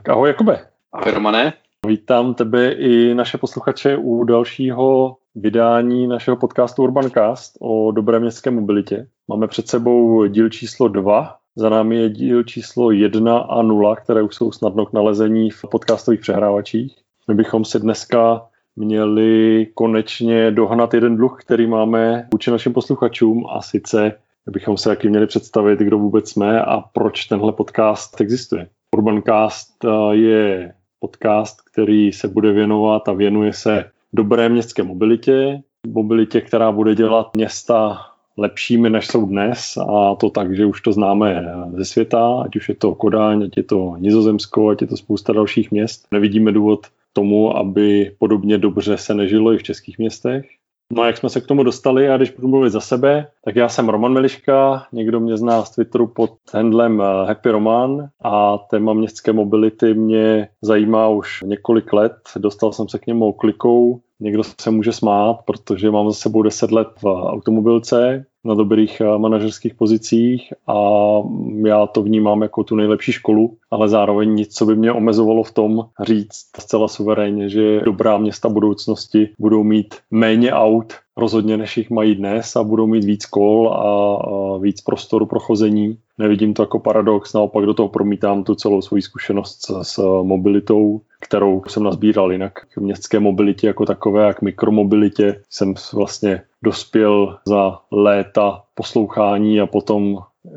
Ahoj Jakube. Ahoj Romane. Vítám tebe i naše posluchače u dalšího vydání našeho podcastu Urbancast o dobré městské mobilitě. Máme před sebou díl číslo 2, za námi je díl číslo 1 a 0, které už jsou snadno k nalezení v podcastových přehrávačích. My bychom si dneska měli konečně dohnat jeden dluh, který máme vůči našim posluchačům, a sice bychom se taky měli představit, kdo vůbec jsme a proč tenhle podcast existuje. Urbancast je podcast, který se bude věnovat a věnuje se dobré městské mobilitě, která bude dělat města lepšími, než jsou dnes, a to tak, že už to známe ze světa, ať už je to Kodaň, ať je to Nizozemsko, ať je to spousta dalších měst. Nevidíme důvod tomu, aby podobně dobře se nežilo i v českých městech. No a jak jsme se k tomu dostali, a když budu mluvit za sebe, tak já jsem Roman Miliška, někdo mě zná z Twitteru pod handlem Happy Roman a téma městské mobility mě zajímá už několik let. Dostal jsem se k němu klikou. Někdo se může smát, protože mám za sebou 10 let v automobilce na dobrých manažerských pozicích a já to vnímám jako tu nejlepší školu, ale zároveň nic, co by mě omezovalo v tom říct zcela suverénně, že dobrá města budoucnosti budou mít méně aut rozhodně, než jich mají dnes, a budou mít víc kol a víc prostoru pro chození. Nevidím to jako paradox, naopak do toho promítám tu celou svoji zkušenost s mobilitou, kterou jsem nazbíral. Jinak k městské mobilitě jako takové a k mikromobilitě jsem vlastně dospěl za léta poslouchání a potom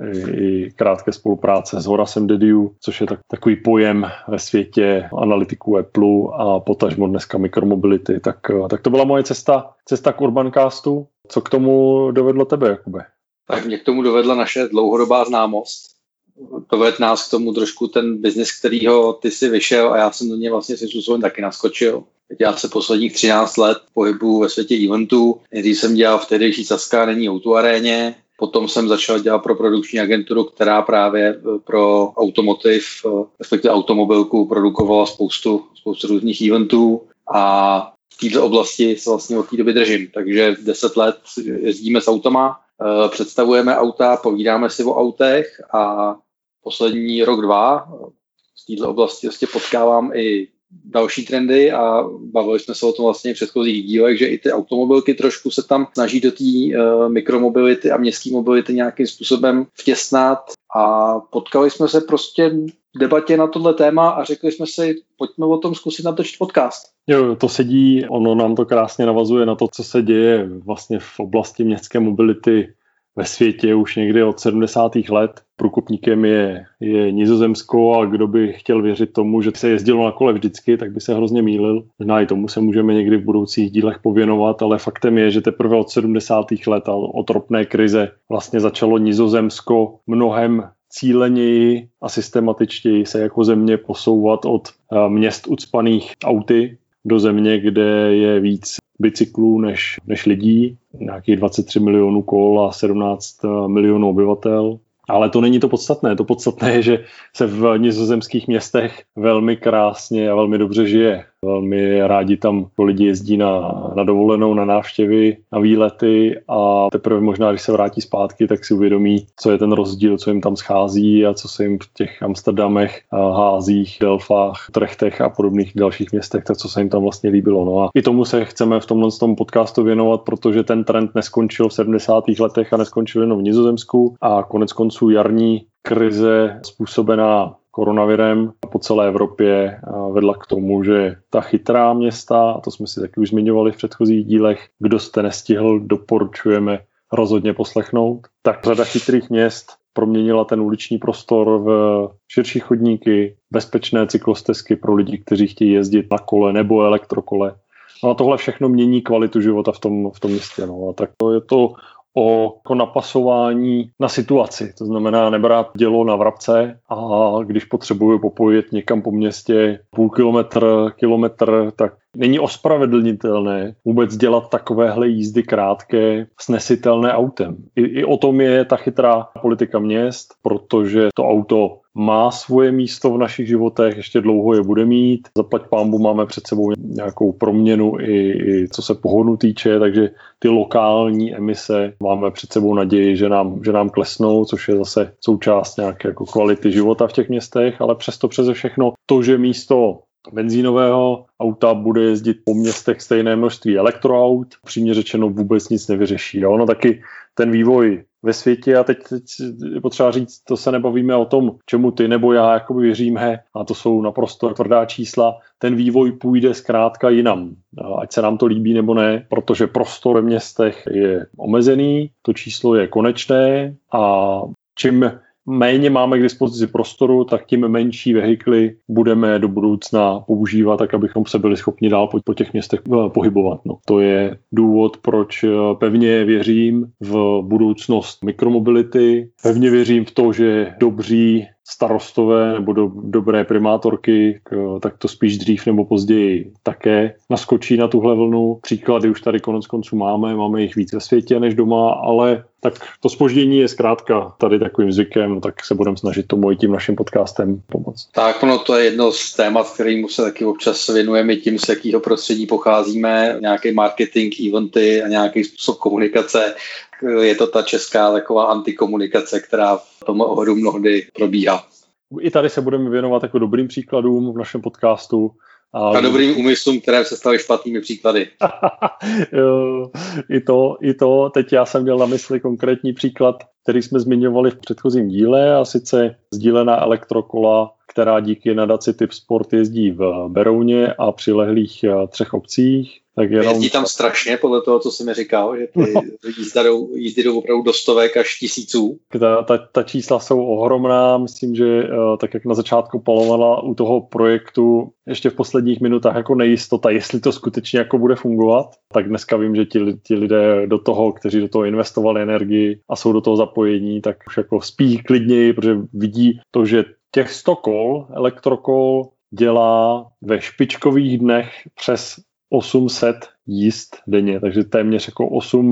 i krátké spolupráce s Horasem Dediu, což je takový pojem ve světě analytiků Apple a potažmo dneska mikromobility. Tak to byla moje cesta k Urbancastu. Co k tomu dovedlo tebe, Jakube? Tak mě k tomu dovedla naše dlouhodobá známost. Dovedl nás k tomu trošku ten biznis, kterýho ty si vyšel, a já jsem do něj vlastně svým způsobem taky naskočil. Já se posledních 13 let pohybuju ve světě eventů. Nejdřív jsem dělal v tehdejší Sazka, nyní Auto Aréně. Potom jsem začal dělat pro produkční agenturu, která právě pro automotiv, respektive automobilku, produkovala spoustu různých eventů, a v této oblasti se vlastně od té doby držím. Takže 10 let jezdíme s autama, představujeme auta, povídáme si o autech, a poslední rok, 2 v této oblasti vlastně potkávám i další trendy, a bavili jsme se o tom vlastně v předchozích dílech, že i ty automobilky trošku se tam snaží do té mikromobility a městské mobility nějakým způsobem vtěsnat, a potkali jsme se prostě v debatě na tohle téma a řekli jsme si, pojďme o tom zkusit natočit podcast. Jo, to sedí, ono nám to krásně navazuje na to, co se děje vlastně v oblasti městské mobility ve světě už někdy od 70. let. Průkopníkem je Nizozemsko, a kdo by chtěl věřit tomu, že se jezdilo na kole vždycky, tak by se hrozně mýlil. Možná i tomu se můžeme někdy v budoucích dílech pověnovat, ale faktem je, že teprve od 70. let a od ropné krize vlastně začalo Nizozemsko mnohem cíleněji a systematičtěji se jako země posouvat od měst ucpaných auty do země, kde je víc bicyklů než lidí, nějakých 23 milionů kol a 17 milionů obyvatel. Ale to není to podstatné. To podstatné je, že se v nizozemských městech velmi krásně a velmi dobře žije. Velmi rádi tam lidi jezdí na dovolenou, na návštěvy, na výlety, a teprve možná, když se vrátí zpátky, tak si uvědomí, co je ten rozdíl, co jim tam schází a co se jim v těch Amsterdamech, Házích, Delfách, Trechtech a podobných dalších městech, tak co se jim tam vlastně líbilo. No a i tomu se chceme v tomhle podcastu věnovat, protože ten trend neskončil v 70. letech a neskončil jenom v Nizozemsku, a konec konců jarní krize způsobená koronavirem po celé Evropě vedla k tomu, že ta chytrá města, a to jsme si taky už zmiňovali v předchozích dílech, kdo jste nestihl, doporučujeme rozhodně poslechnout, tak řada chytrých měst proměnila ten uliční prostor v širší chodníky, bezpečné cyklostezky pro lidi, kteří chtějí jezdit na kole nebo elektrokole. No a tohle všechno mění kvalitu života v tom městě. No. A tak to je to o napasování na situaci. To znamená nebrát dělo na vrabce, a když potřebuju popojit někam po městě půl kilometr, tak není ospravedlnitelné vůbec dělat takovéhle jízdy krátké, snesitelné autem. I o tom je ta chytrá politika měst, protože to auto má svoje místo v našich životech, ještě dlouho je bude mít. Zaplať pánbu máme před sebou nějakou proměnu i co se pohonu týče, takže ty lokální emise máme před sebou naději, že nám klesnou, což je zase součást nějaké jako kvality života v těch městech, ale přesto přeze všechno to, že místo benzínového auta bude jezdit po městech stejné množství elektroaut, přímě řečeno vůbec nic nevyřeší. A ono taky ten vývoj ve světě, a teď je potřeba říct, to se nebavíme o tom, čemu ty nebo já jakoby věříme, a to jsou naprosto tvrdá čísla, ten vývoj půjde zkrátka jinam. Ať se nám to líbí nebo ne, protože prostor ve městech je omezený, to číslo je konečné a čím méně máme k dispozici prostoru, tak tím menší vehikly budeme do budoucna používat, tak abychom se byli schopni dál po těch městech pohybovat. No, to je důvod, proč pevně věřím v budoucnost mikromobility. Pevně věřím v to, že dobří starostové nebo dobré primátorky, tak to spíš dřív nebo později také naskočí na tuhle vlnu. Příklady už tady konec konců máme jich víc ve světě než doma, ale tak to zpoždění je zkrátka tady takovým zvykem, tak se budeme snažit tomu i tím naším podcastem pomoct. Tak, no to je jedno z témat, kterému se taky občas věnujeme tím, z jakého prostředí pocházíme, nějaký marketing, eventy a nějaký způsob komunikace. Je to ta česká taková antikomunikace, která v tom ohledu mnohdy probíhá. I tady se budeme věnovat jako dobrým příkladům v našem podcastu. A dobrým úmyslům, které se staly špatnými příklady. I to. Teď já jsem měl na mysli konkrétní příklad, který jsme zmiňovali v předchozím díle, a sice sdílená elektrokola, která díky nadaci Typ Sport jezdí v Berouně a přilehlých 3 obcích. Tak jezdí tam strašně, podle toho, co jsi mi říkal, že ty jízdy jdou opravdu do stovek až tisíců. Ta čísla jsou ohromná, myslím, že tak jak na začátku palovala u toho projektu ještě v posledních minutách jako nejistota, jestli to skutečně jako bude fungovat, tak dneska vím, že ti lidé kteří do toho investovali energii a jsou do toho zapojení, tak už jako spí klidněji, protože vidí to, že těch 100 kol, elektrokol dělá ve špičkových dnech přes 800 jízd denně, takže téměř jako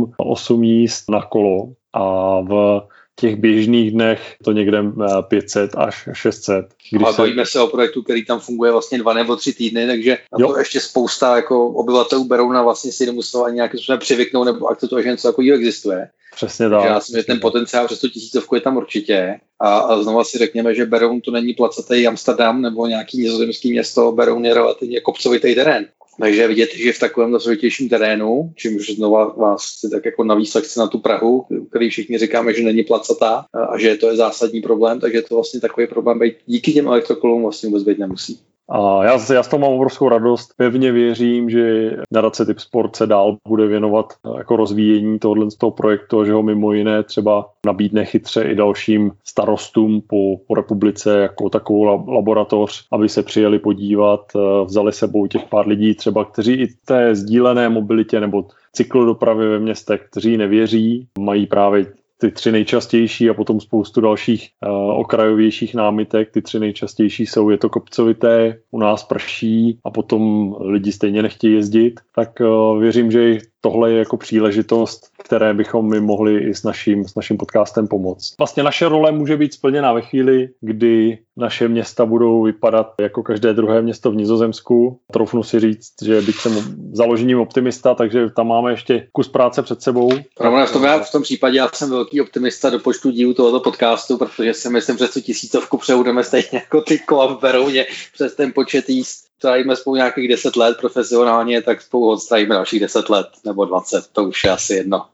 8 jízd na kolo, a v těch běžných dnech to někde 500 až 600. Ale bavíme se o projektu, který tam funguje vlastně 2 nebo 3 týdny, takže na to ještě spousta jako obyvatelů Berouna vlastně si nemuselo ani nějakým způsobem přivyknout nebo akceptovat, že něco takového existuje. Přesně tak. Já si myslím, že ten potenciál přes tu 1000 je tam určitě. A znova si řekněme, že Beroun to není placatý Amsterdam nebo nějaký nizozemský město, Beroun je relativně kopcovitý terén. Takže vidět, že v takovém složitějším terénu, čímž znova vás tak jako na výslech na tu Prahu, který všichni říkáme, že není placatá a že to je zásadní problém, takže to vlastně takový problém být díky těm elektrokolům vlastně vůbec být nemusí. A já z toho mám obrovskou radost. Pevně věřím, že nadace Typ Sport se dál bude věnovat jako rozvíjení z toho projektu, že ho mimo jiné třeba nabídne chytře i dalším starostům po republice jako takovou laboratoř, aby se přijeli podívat, vzali sebou těch pár lidí třeba, kteří i té sdílené mobilitě nebo cyklodopravy ve městech, kteří nevěří, mají právě ty 3 nejčastější a potom spoustu dalších okrajovějších námitek. Ty 3 nejčastější jsou, je to kopcovité, u nás prší a potom lidi stejně nechtějí jezdit. Tak věřím, že tohle je jako příležitost, které bychom my mohli i s naším podcastem pomoct. Vlastně naše role může být splněna ve chvíli, kdy naše města budou vypadat jako každé druhé město v Nizozemsku. Troufnu si říct, že byť jsem založením optimista, takže tam máme ještě kus práce před sebou. V tom případě já jsem velký optimista do počtu dílů tohoto podcastu, protože si myslím, že tu 1000 přejdeme stejně jako ty kola v Berouně přes ten počet jízd. Trávíme spolu nějakých 10 let profesionálně, tak spolu odstrávíme dalších 10 let nebo 20, to už je asi jedno.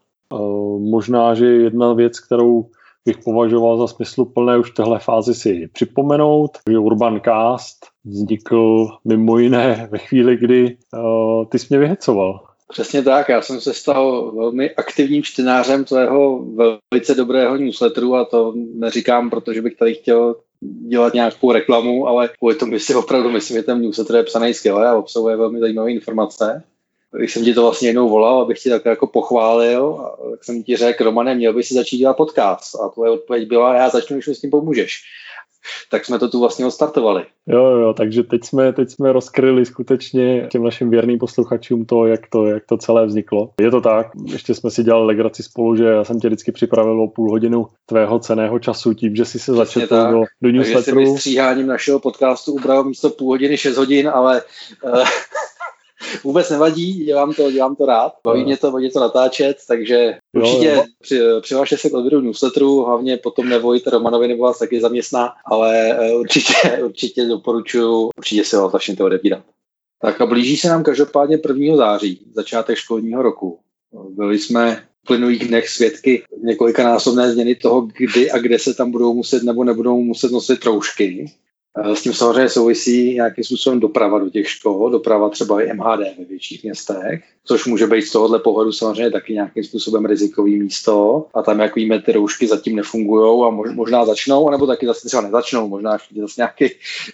Možná, že jedna věc, kterou bych považoval za smysluplné už v téhle fázi si připomenout, že Urbancast vznikl mimo jiné ve chvíli, kdy ty jsi mě vyhecoval. Přesně tak, já jsem se stal velmi aktivním čtenářem tvého velice dobrého newsletteru a to neříkám, protože bych tady chtěl dělat nějakou reklamu, ale kvůli tomu si opravdu myslím, že ten newsletter je psaný skvěle a obsahuje velmi zajímavé informace. Když jsem ti to vlastně jednou volal, abych ti tak jako pochválil, tak jsem ti řekl, Romane, měl by si začít dělat podcast. A tvoje odpověď byla, já začnu, když mi s tím pomůžeš. tak jsme to tu vlastně odstartovali. Jo, takže teď jsme rozkryli skutečně těm našim věrným posluchačům jak to celé vzniklo. Je to tak, ještě jsme si dělali legraci spolu, že já jsem tě vždycky připravil o půl hodinu tvého cenného času tím, že si se začetl do newsletteru. Takže si mi stříháním našeho podcastu ubral místo půl hodiny 6 hodin, ale vůbec nevadí, dělám to rád. Baví mě to natáčet, takže určitě přihlašte se k odběru newsletteru, hlavně potom nevolíte Romanovi, nebo vás taky zaměstná, ale určitě doporučuji, určitě si ho začněte odebírat. Tak a blíží se nám každopádně 1. září, začátek školního roku. Byli jsme v plynulých dnech svědky několikanásobné změny toho, kdy a kde se tam budou muset nebo nebudou muset nosit roušky. S tím samozřejmě souvisí nějakým způsobem doprava do těch škol, doprava třeba i MHD ve větších městech, což může být z tohohle pohledu samozřejmě taky nějakým způsobem rizikový místo. A tam, jak víme, ty roušky zatím nefungujou a možná začnou, anebo taky zase třeba nezačnou, možná ještě zase nějaký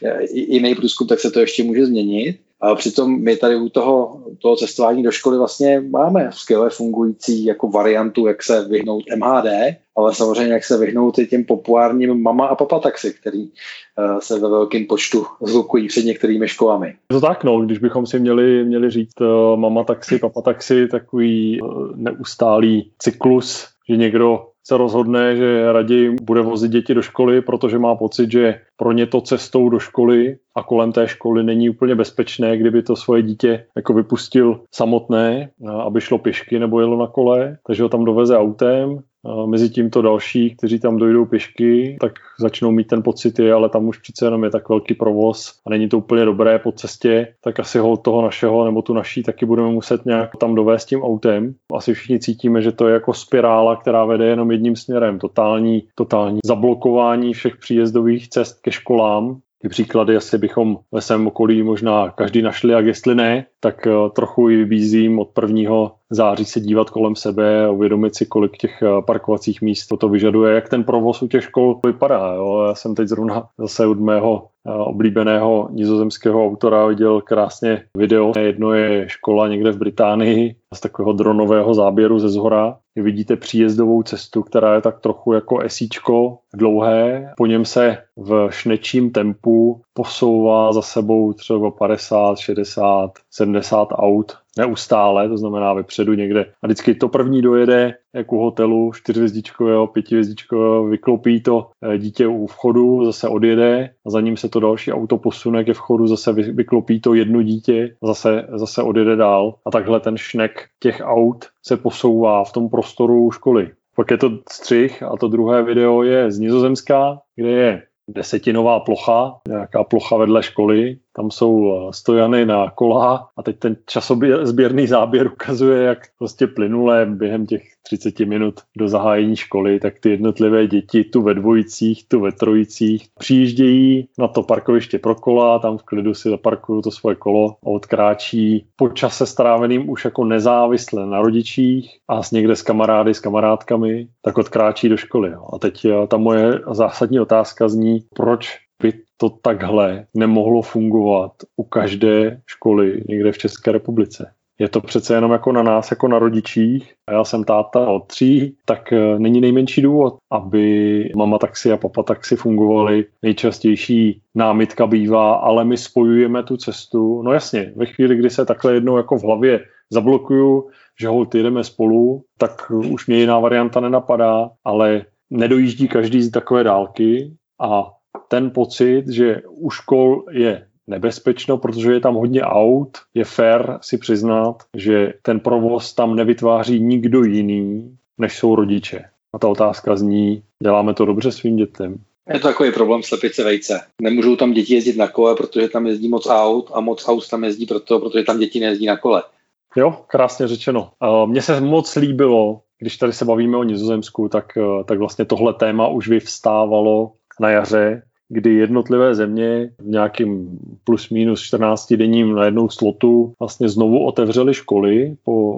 jiný průzkum, tak se to ještě může změnit. A přitom my tady u toho cestování do školy vlastně máme skvěle fungující jako variantu, jak se vyhnout MHD, ale samozřejmě jak se vyhnout i těm populárním mama a papa taxi, který se ve velkém počtu zlukují před některými školami. Je to tak, když bychom si měli říct mama taxi, papa taxi, takový neustálý cyklus, že někdo se rozhodne, že raději bude vozit děti do školy, protože má pocit, že pro ně to cestou do školy a kolem té školy není úplně bezpečné, kdyby to svoje dítě jako vypustil samotné, aby šlo pěšky nebo jelo na kole, takže ho tam doveze autem. Mezi tímto další, kteří tam dojdou pěšky, tak začnou mít ten pocit, ale tam už přece jenom je tak velký provoz a není to úplně dobré po cestě, tak asi ho toho našeho nebo tu naší taky budeme muset nějak tam dovést tím autem. Asi všichni cítíme, že to je jako spirála, která vede jenom jedním směrem. Totální zablokování všech příjezdových cest ke školám. Ty příklady asi bychom ve svém okolí možná každý našli, jak jestli ne, tak trochu i vybízím od 1. září se dívat kolem sebe a uvědomit si, kolik těch parkovacích míst to vyžaduje, jak ten provoz u těch škol vypadá. Jo. Já jsem teď zrovna zase od mého oblíbeného nizozemského autora viděl krásně video. Jedno je škola někde v Británii z takového dronového záběru ze zhora. Vidíte příjezdovou cestu, která je tak trochu jako esíčko dlouhé. Po něm se v šnečím tempu posouvá za sebou třeba 50, 60, 70 aut neustále, to znamená vepředu někde. A vždycky to první dojede, jak u hotelu 4hvězdičkového, 5hvězdičkového, vyklopí to dítě u vchodu, zase odjede a za ním se to další auto posune ke vchodu, zase vyklopí to jedno dítě, zase odjede dál. A takhle ten šnek těch aut se posouvá v tom prostoru školy. Pak je to střih a to druhé video je z Nizozemska, kde je desetinová plocha, nějaká plocha vedle školy, tam jsou stojany na kola a teď ten časozběrný záběr ukazuje, jak prostě plynule během těch 30 minut do zahájení školy, tak ty jednotlivé děti tu ve dvojicích, tu ve trojicích přijíždějí na to parkoviště pro kola, tam v klidu si zaparkují to svoje kolo a odkráčí po čase stráveným už jako nezávisle na rodičích a někde s kamarády, s kamarádkami, tak odkráčí do školy. A teď ta moje zásadní otázka zní, proč by to takhle nemohlo fungovat u každé školy někde v České republice. Je to přece jenom jako na nás, jako na rodičích. A já jsem táta od 3, tak není nejmenší důvod, aby mama taxi a papa taxi fungovaly. Nejčastější námitka bývá, ale my spojujeme tu cestu. No jasně, ve chvíli, kdy se takhle jednou jako v hlavě zablokuju, že holt jedeme spolu, tak už mě jiná varianta nenapadá, ale nedojíždí každý z takové dálky a ten pocit, že u škol je nebezpečno, protože je tam hodně aut, je fér si přiznat, že ten provoz tam nevytváří nikdo jiný, než jsou rodiče. A ta otázka zní, děláme to dobře svým dětem? Je to takový problém slepice vejce. Nemůžou tam děti jezdit na kole, protože tam jezdí moc aut a moc aut tam jezdí protože tam děti nejezdí na kole. Jo, krásně řečeno. Mně se moc líbilo, když tady se bavíme o Nizozemsku, tak vlastně tohle téma už vyvstávalo na jaře, kdy jednotlivé země v nějakým plus minus 14denním na jednou slotu vlastně znovu otevřely školy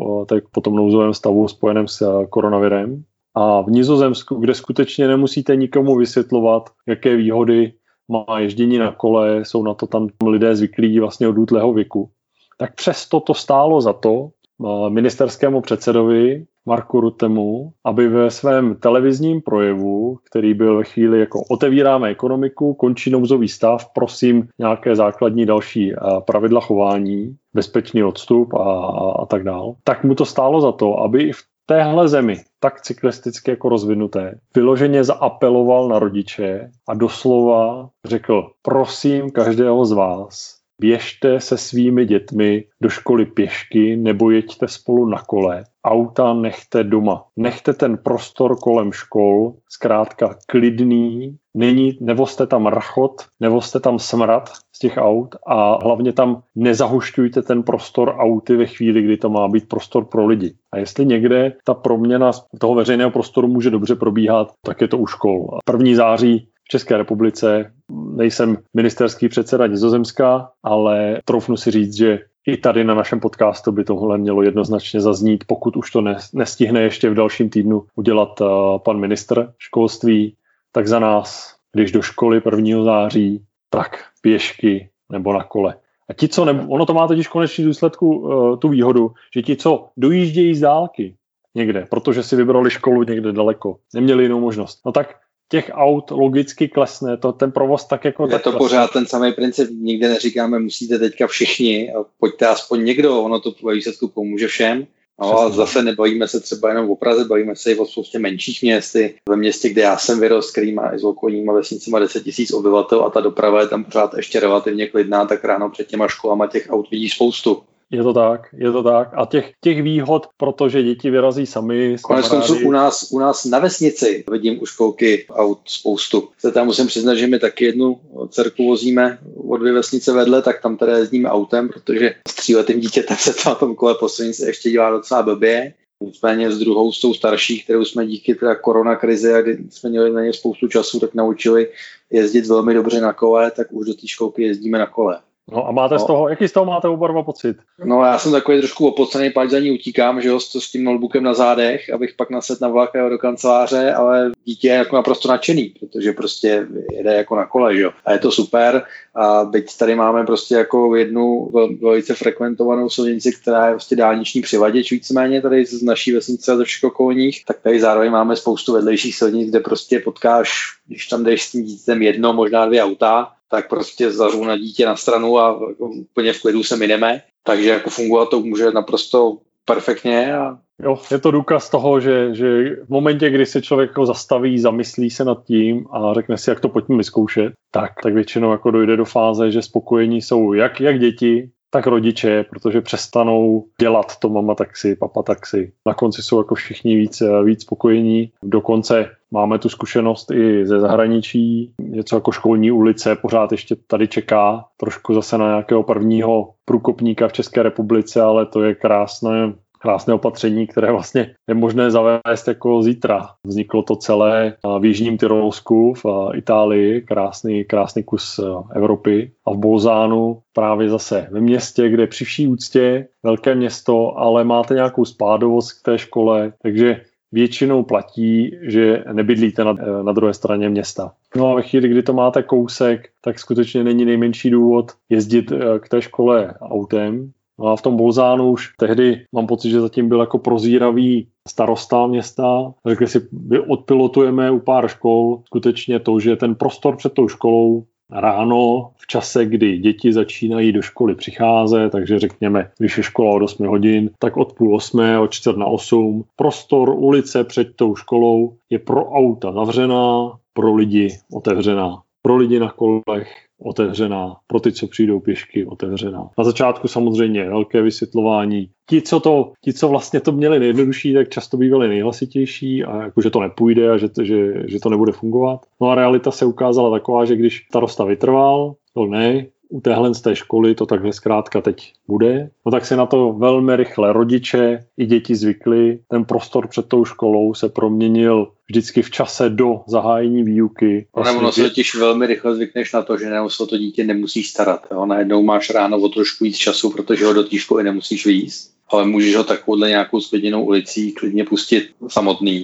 po tom nouzovém stavu spojeném s koronavirem. A v Nizozemsku, kde skutečně nemusíte nikomu vysvětlovat, jaké výhody má ježdění na kole, jsou na to tam lidé zvyklí vlastně od útlého věku, tak přesto to stálo za to ministerskému předsedovi Marku Ruttemu, aby ve svém televizním projevu, který byl ve chvíli jako otevíráme ekonomiku, končí nouzový stav, prosím nějaké základní další pravidla chování, bezpečný odstup a tak dál, tak mu to stálo za to, aby i v téhle zemi, tak cyklisticky jako rozvinuté, vyloženě zaapeloval na rodiče a doslova řekl, prosím každého z vás, běžte se svými dětmi do školy pěšky nebo jeďte spolu na kole. Auta nechte doma. Nechte ten prostor kolem škol zkrátka klidný, nevozte tam rachot, nevozte tam smrad z těch aut a hlavně tam nezahušťujte ten prostor auty ve chvíli, kdy to má být prostor pro lidi. A jestli někde ta proměna toho veřejného prostoru může dobře probíhat, tak je to u škol. 1. září v České republice, nejsem ministerský předseda Nizozemska, ale troufnu si říct, že i tady na našem podcastu by tohle mělo jednoznačně zaznít, pokud už to nestihne ještě v dalším týdnu udělat pan ministr školství, tak za nás, když do školy 1. září, tak pěšky nebo na kole. A ti, co ono to má totiž konečný důsledku tu výhodu, že ti, co dojíždějí z dálky někde, protože si vybrali školu někde daleko, neměli jinou možnost, no tak těch aut logicky klesne, ten provoz tak jako... Je tak to klesne. Pořád ten samý princip, nikde neříkáme, musíte teďka všichni, pojďte aspoň někdo, ono to ve výsledku pomůže všem. No a zase nebavíme se třeba jenom o Praze, bavíme se i o spoustě menších měst. Ve městě, kde já jsem vyrost, který má i s okolníma vesnicima 10 000 obyvatel a ta doprava je tam pořád ještě relativně klidná, tak ráno před těma školama těch aut vidí spoustu. Je to tak. A těch výhod, protože děti vyrazí sami. Konec konců u nás na vesnici vidím u školky aut spoustu. Se tam musím přiznat, že my taky jednu dcerku vozíme o 2 vesnice vedle, tak tam teda jezdíme autem, protože s 3letým dítětem se to na tom kole po silnici ještě dělá docela blbě. Nicméně s druhou, s tou starší, kterou jsme díky teda koronakrizi, a kdy jsme měli na ně spoustu času, tak naučili jezdit velmi dobře na kole, tak už do té školky jezdíme na kole. No a máte z toho, jaký z toho máte oba dva pocit? No já jsem takový trošku opocený, páč za ní utíkám, že jo, s tím notebookem na zádech, abych pak nasedl na vlak do kanceláře, ale dítě je jako naprosto nadšený, protože prostě jede jako na kole, že jo. A je to super a byť tady máme prostě jako jednu velice frekventovanou silnici, která je prostě dálniční přivaděč víceméně tady z naší vesnice a ze všech okolních, tak tady zároveň máme spoustu vedlejších silnic, kde prostě potkáš, když tam jdeš s tím dítětem 1, možná 2 auta, tak prostě zařu na dítě na stranu a jako úplně v klidu se mineme. Takže jako fungovat to může naprosto perfektně. Jo, je to důkaz toho, že v momentě, kdy se člověk jako zastaví, zamyslí se nad tím a řekne si, jak to pojďme vyzkoušet, tak většinou jako dojde do fáze, že spokojení jsou jak děti, tak rodiče, protože přestanou dělat to mama taxi, papa taxi. Na konci jsou jako všichni víc spokojení. Dokonce máme tu zkušenost i ze zahraničí. Něco jako školní ulice pořád ještě tady čeká. Trošku zase na nějakého prvního průkopníka v České republice, ale to je krásné opatření, které vlastně je možné zavést jako zítra. Vzniklo to celé v Jižním Tyrolsku, v Itálii, krásný kus Evropy. A v Bolzánu právě zase ve městě, kde při vší úctě velké město, ale máte nějakou spádovost k té škole, takže většinou platí, že nebydlíte na druhé straně města. No a ve chvíli, kdy to máte kousek, tak skutečně není nejmenší důvod jezdit k té škole autem. No a v tom Bolzánu už tehdy mám pocit, že zatím byl jako prozíravý starosta města. Řekli si, odpilotujeme u pár škol skutečně to, že ten prostor před tou školou ráno v čase, kdy děti začínají do školy přicházet, takže řekněme, když je škola od 8 hodin, tak od 7:30, od 7:45. Prostor ulice před tou školou je pro auta zavřená, pro lidi otevřená. Pro lidi na kolech otevřená, pro ty, co přijdou pěšky, otevřená. Na začátku samozřejmě velké vysvětlování. Ti, co vlastně to měli nejjednodušší, tak často bývali nejhlasitější a jako, že to nepůjde a že to nebude fungovat. No a realita se ukázala taková, že když starosta vytrval, to ne, u téhle z té školy to takhle zkrátka teď bude, no tak se na to velmi rychle rodiče i děti zvykli. Ten prostor před tou školou se proměnil vždycky v čase do zahájení výuky. Ono se totiž velmi rychle zvykneš na to, že se to dítě nemusíš starat. Jo? Najednou máš ráno o trošku víc času, protože ho do té školy nemusíš vyjíst, ale můžeš ho takovouhle nějakou sklidněnou ulicí klidně pustit samotný.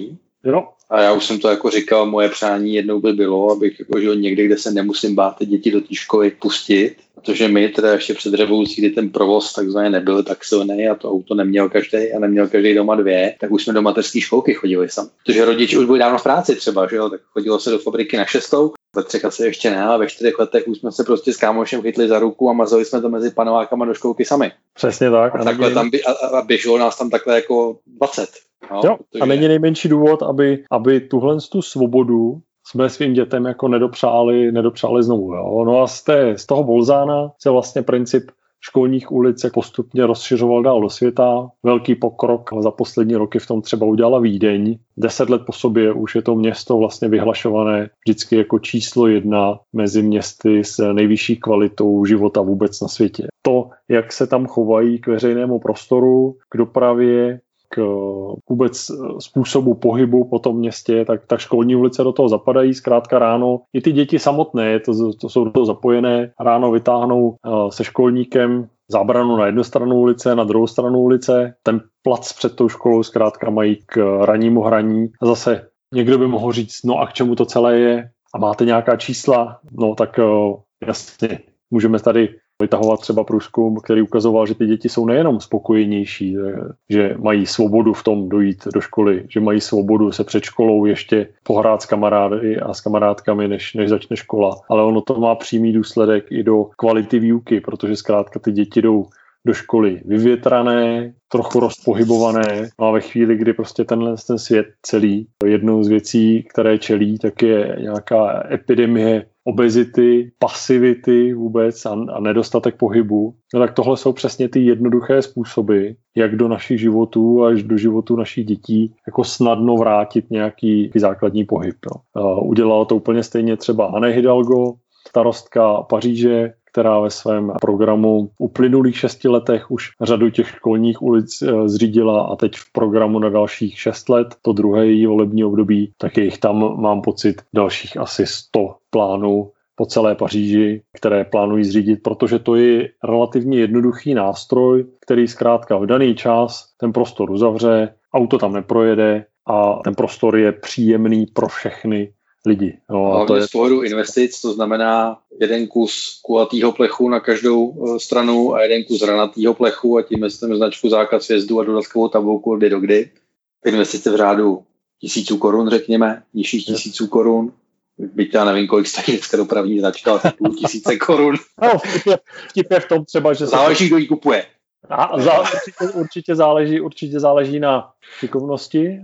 Jo. A já už jsem to jako říkal, moje přání jednou by bylo, abych jako žil někde, kde se nemusím bát ty děti do té školy pustit, protože my teda ještě před revolucí, kdy ten provoz takzvaně nebyl tak silný a to auto neměl každý a neměl každý doma 2, tak už jsme do mateřské školky chodili sami. Protože rodiče už byli dávno v práci třeba, že jo, tak chodilo se do fabriky na 6, ve 3 asi ještě ne, ale ve 4 letech už jsme se prostě s kámošem chytli za ruku a mazali jsme to mezi panovákama do školky sami. Přesně tak. A takhle tam a běželo nás tam takhle jako 20. No, jo, protože... a není nejmenší důvod, aby tuhle tu svobodu jsme svým dětem jako nedopřáli znovu. Jo? No a z toho Bolzána se vlastně princip školních ulic postupně rozšiřoval dál do světa. Velký pokrok za poslední roky v tom třeba udělala Vídeň. 10 let po sobě už je to město vlastně vyhlašované vždycky jako číslo 1 mezi městy s nejvyšší kvalitou života vůbec na světě. To, jak se tam chovají k veřejnému prostoru, k dopravě, k vůbec způsobu pohybu po tom městě, tak školní ulice do toho zapadají, zkrátka ráno. I ty děti samotné, to jsou do toho zapojené, ráno vytáhnou se školníkem zábranu na jednu stranu ulice, na druhou stranu ulice. Ten plac před tou školou zkrátka mají k rannímu hraní. A zase někdo by mohl říct, no a k čemu to celé je? A máte nějaká čísla? No tak jasně, můžeme tady vytahovat třeba průzkum, který ukazoval, že ty děti jsou nejenom spokojenější, že mají svobodu v tom dojít do školy, že mají svobodu se před školou ještě pohrát s kamarády a s kamarádkami, než začne škola. Ale ono to má přímý důsledek i do kvality výuky, protože zkrátka ty děti jdou do školy vyvětrané, trochu rozpohybované. No a ve chvíli, kdy prostě ten svět celý, jednou z věcí, které čelí, tak je nějaká epidemie obezity, pasivity vůbec a nedostatek pohybu. No tak tohle jsou přesně ty jednoduché způsoby, jak do našich životů až do životů našich dětí jako snadno vrátit nějaký základní pohyb. No. Udělala to úplně stejně třeba Anne Hidalgo, starostka Paříže, která ve svém programu v uplynulých 6 letech už řadu těch školních ulic zřídila a teď v programu na dalších 6 let, to druhé její volební období, tak je jich tam, mám pocit, dalších asi 100 plánů po celé Paříži, které plánují zřídit, protože to je relativně jednoduchý nástroj, který zkrátka v daný čas ten prostor uzavře, auto tam neprojede a ten prostor je příjemný pro všechny lidi. No, a to je z pohledu investic, to znamená jeden kus kulatýho plechu na každou stranu a jeden kus ranatýho plechu a tím jestli značku zákaz vjezdu a dodatkovou tabulku kdy do kdy. Investice v řádu 1000 korun, řekněme, nižších 1000 korun. Byť já nevím, kolik stojí dneska dopravní značka, ale 500 korun. No, vtip je v tom třeba, že záleží, kdo ji kupuje. Určitě záleží na šikovnosti,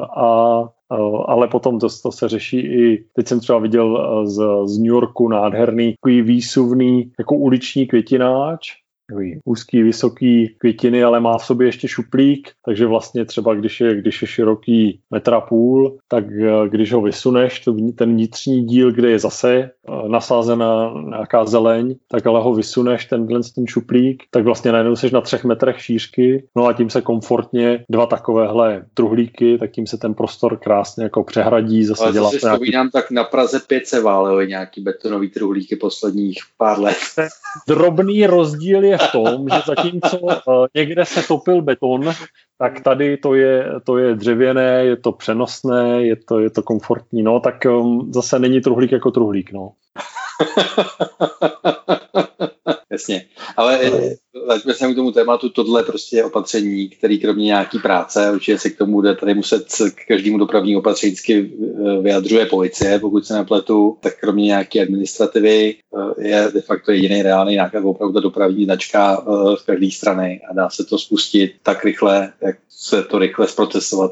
ale potom to se řeší i, teď jsem třeba viděl z New Yorku nádherný, takový výsuvný jako uliční květináč, úzký, vysoký květiny, ale má v sobě ještě šuplík, takže vlastně třeba když je široký 1,5 m, tak když ho vysuneš, ten vnitřní díl, kde je zase nasázena nějaká zeleň, tak ale ho vysuneš, ten šuplík, tak vlastně najednou seš na 3 metrech šířky, no a tím se komfortně 2 takovéhle truhlíky, tak tím se ten prostor krásně jako přehradí. Zase ale to si vzpomínám, tak na Praze 5 se válely nějaký betonový truhlíky posledních pár let. Drobný rozdíl je v tom, že zatímco někde se topil beton, tak tady to je dřevěné, je to přenosné, je to komfortní, no, tak zase není truhlík jako truhlík, no. Jasně, ale vraťme se k tomu tématu, tohle prostě je opatření, který kromě nějaký práce, určitě se k tomu bude tady muset k každému dopravnímu opatření vyjadřuje policie, pokud se nepletu, tak kromě nějaké administrativy je de facto jediný reálný náklad opravdu ta dopravní značka z každé strany a dá se to spustit tak rychle, jak se to rychle zprocesovat.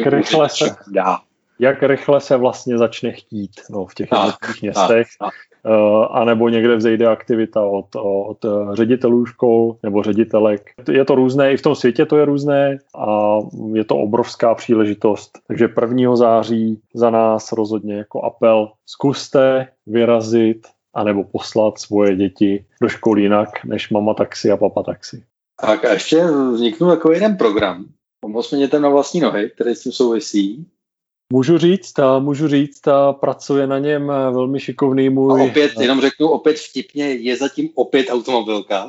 Jak rychle se vlastně začne chtít v těch jednotlivých městech. A nebo někde vzejde aktivita od ředitelů škol nebo ředitelek. Je to různé, i v tom světě to je různé a je to obrovská příležitost. Takže 1. září za nás rozhodně jako apel, zkuste vyrazit anebo poslat svoje děti do školy jinak než mama taxi a papa taxi. Tak a ještě vzniknul takový jeden program. Pomoz mi dětem na vlastní nohy, který s tím souvisí. Můžu říct, pracuje na něm velmi šikovný můj... A opět, jenom řeknu, opět vtipně, je zatím opět automobilka.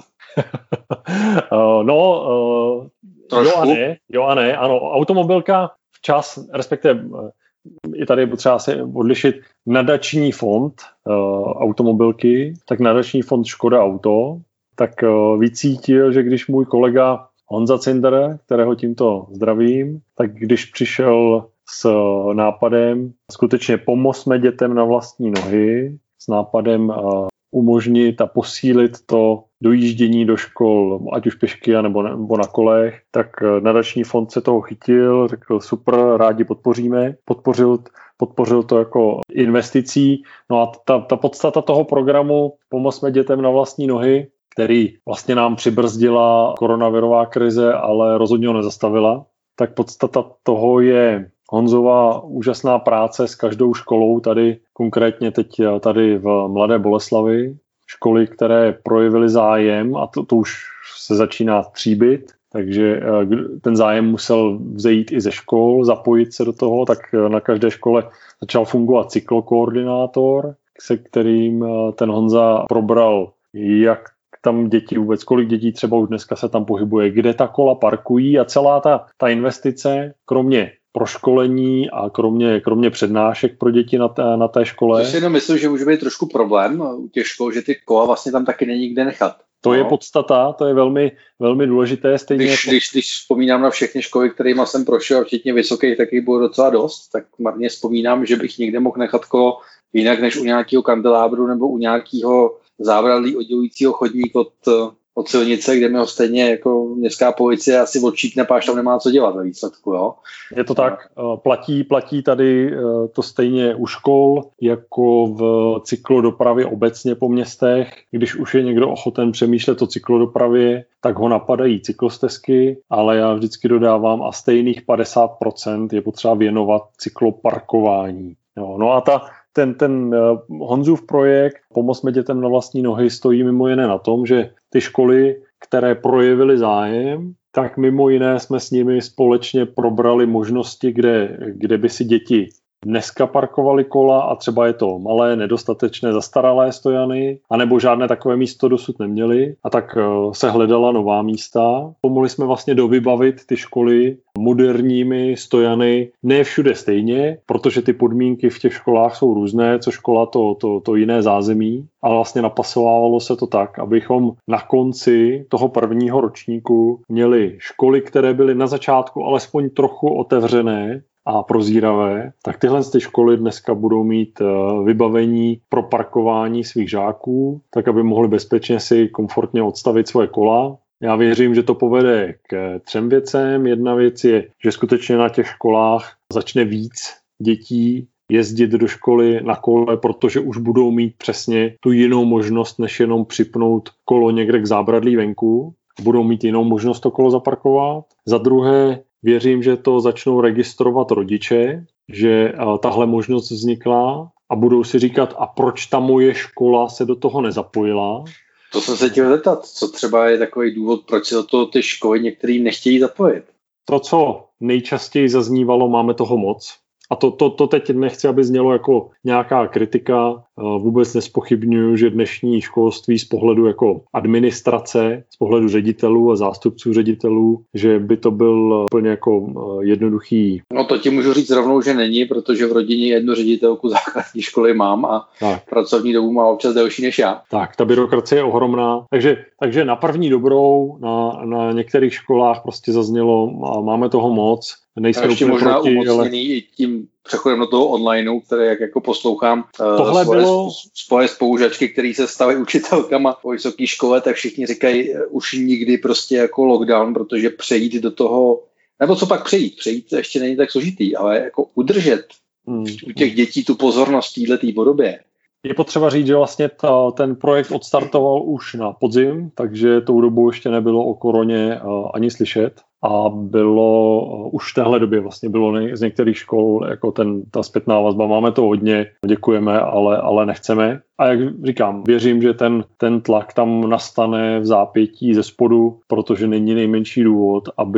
Jo a ne, ano, automobilka včas, respektive i tady je potřeba se odlišit nadační fond automobilky, tak nadační fond Škoda Auto, tak vycítil, že když můj kolega Honza Cinder, kterého tímto zdravím, tak když přišel s nápadem skutečně pomozme dětem na vlastní nohy, s nápadem umožnit a posílit to dojíždění do škol, ať už pěšky nebo na kolech, tak nadační fond se toho chytil, řekl super, rádi podpoříme, podpořil to jako investicí. No a ta podstata toho programu pomozme dětem na vlastní nohy, který vlastně nám přibrzdila koronavirová krize, ale rozhodně ho nezastavila, tak podstata toho je Honzova úžasná práce s každou školou, tady konkrétně teď tady v Mladé Boleslavi, školy, které projevily zájem a to už se začíná tříbit, takže ten zájem musel vzejít i ze škol, zapojit se do toho, tak na každé škole začal fungovat cyklokoordinátor, se kterým ten Honza probral, jak tam děti vůbec, kolik dětí třeba už dneska se tam pohybuje, kde ta kola parkují a celá ta investice, kromě proškolení a kromě přednášek pro děti na té škole. To si jenom myslím, že může být trošku problém u těch škol, že ty kola vlastně tam taky není kde nechat. To je podstata, to je velmi, velmi důležité. Když vzpomínám na všechny školy, kterými jsem prošel, včetně vysokých, taky bylo docela dost, tak marně vzpomínám, že bych někde mohl nechat kolo jinak než u nějakého kandelábru nebo u nějakého zábradlí oddělujícího chodník od silnice, kde mi ho stejně jako městská policie asi odčítne, páč tam nemá co dělat ve výsledku. Jo? Je to tak, platí tady to stejně u škol, jako v cyklodopravě obecně po městech. Když už je někdo ochoten přemýšlet o cyklodopravě, tak ho napadají cyklostezky, ale já vždycky dodávám a stejných 50% je potřeba věnovat cykloparkování. Jo, no a ten Honzův projekt Pomozme dětem na vlastní nohy stojí mimo jiné na tom, že ty školy, které projevily zájem, tak mimo jiné jsme s nimi společně probrali možnosti, kde by si děti dneska parkovali kola a třeba je to malé, nedostatečné, zastaralé stojany, anebo žádné takové místo dosud neměli a tak se hledala nová místa. Pomohli jsme vlastně dovybavit ty školy moderními stojany, ne všude stejně, protože ty podmínky v těch školách jsou různé, co škola to jiné zázemí, ale vlastně napasovávalo se to tak, abychom na konci toho prvního ročníku měli školy, které byly na začátku alespoň trochu otevřené a prozíravé, tak tyhle ty školy dneska budou mít vybavení pro parkování svých žáků, tak aby mohli bezpečně si komfortně odstavit svoje kola. Já věřím, že to povede k 3 věcem. Jedna věc je, že skutečně na těch školách začne víc dětí jezdit do školy na kole, protože už budou mít přesně tu jinou možnost, než jenom připnout kolo někde k zábradlí venku. Budou mít jinou možnost to kolo zaparkovat. Za druhé, věřím, že to začnou registrovat rodiče, že tahle možnost vznikla a budou si říkat, a proč ta moje škola se do toho nezapojila. To jsem se chtěl zeptat, co třeba je takový důvod, proč se do toho ty školy některým nechtějí zapojit. To, co nejčastěji zaznívalo, máme toho moc. A to teď nechci, aby znělo jako nějaká kritika. Vůbec nespochybňuji, že dnešní školství z pohledu jako administrace, z pohledu ředitelů a zástupců ředitelů, že by to byl úplně jako jednoduchý. No to ti můžu říct rovnou, že není, protože v rodině jednu ředitelku základní školy mám a pracovní dobu má občas delší než já. Tak, ta byrokracie je ohromná. Takže na první dobrou na některých školách prostě zaznělo, máme toho moc. Nejsme ještě možná umocněný i tím přechodem do toho onlineu, které jak jako poslouchám svoje spolužačky, který se staví učitelkama po vysoké škole, tak všichni říkají už nikdy prostě jako lockdown, protože přejít do toho, nebo co pak přejít ještě není tak složitý, ale jako udržet u těch dětí tu pozornost v této podobě. Je potřeba říct, že vlastně ten projekt odstartoval už na podzim, takže tou dobou ještě nebylo o koroně ani slyšet. A bylo už v téhle době vlastně bylo z některých škol jako ta zpětná vazba. Máme to hodně, děkujeme, ale nechceme. A jak říkám, věřím, že ten tlak tam nastane v zápětí ze spodu, protože není nejmenší důvod, aby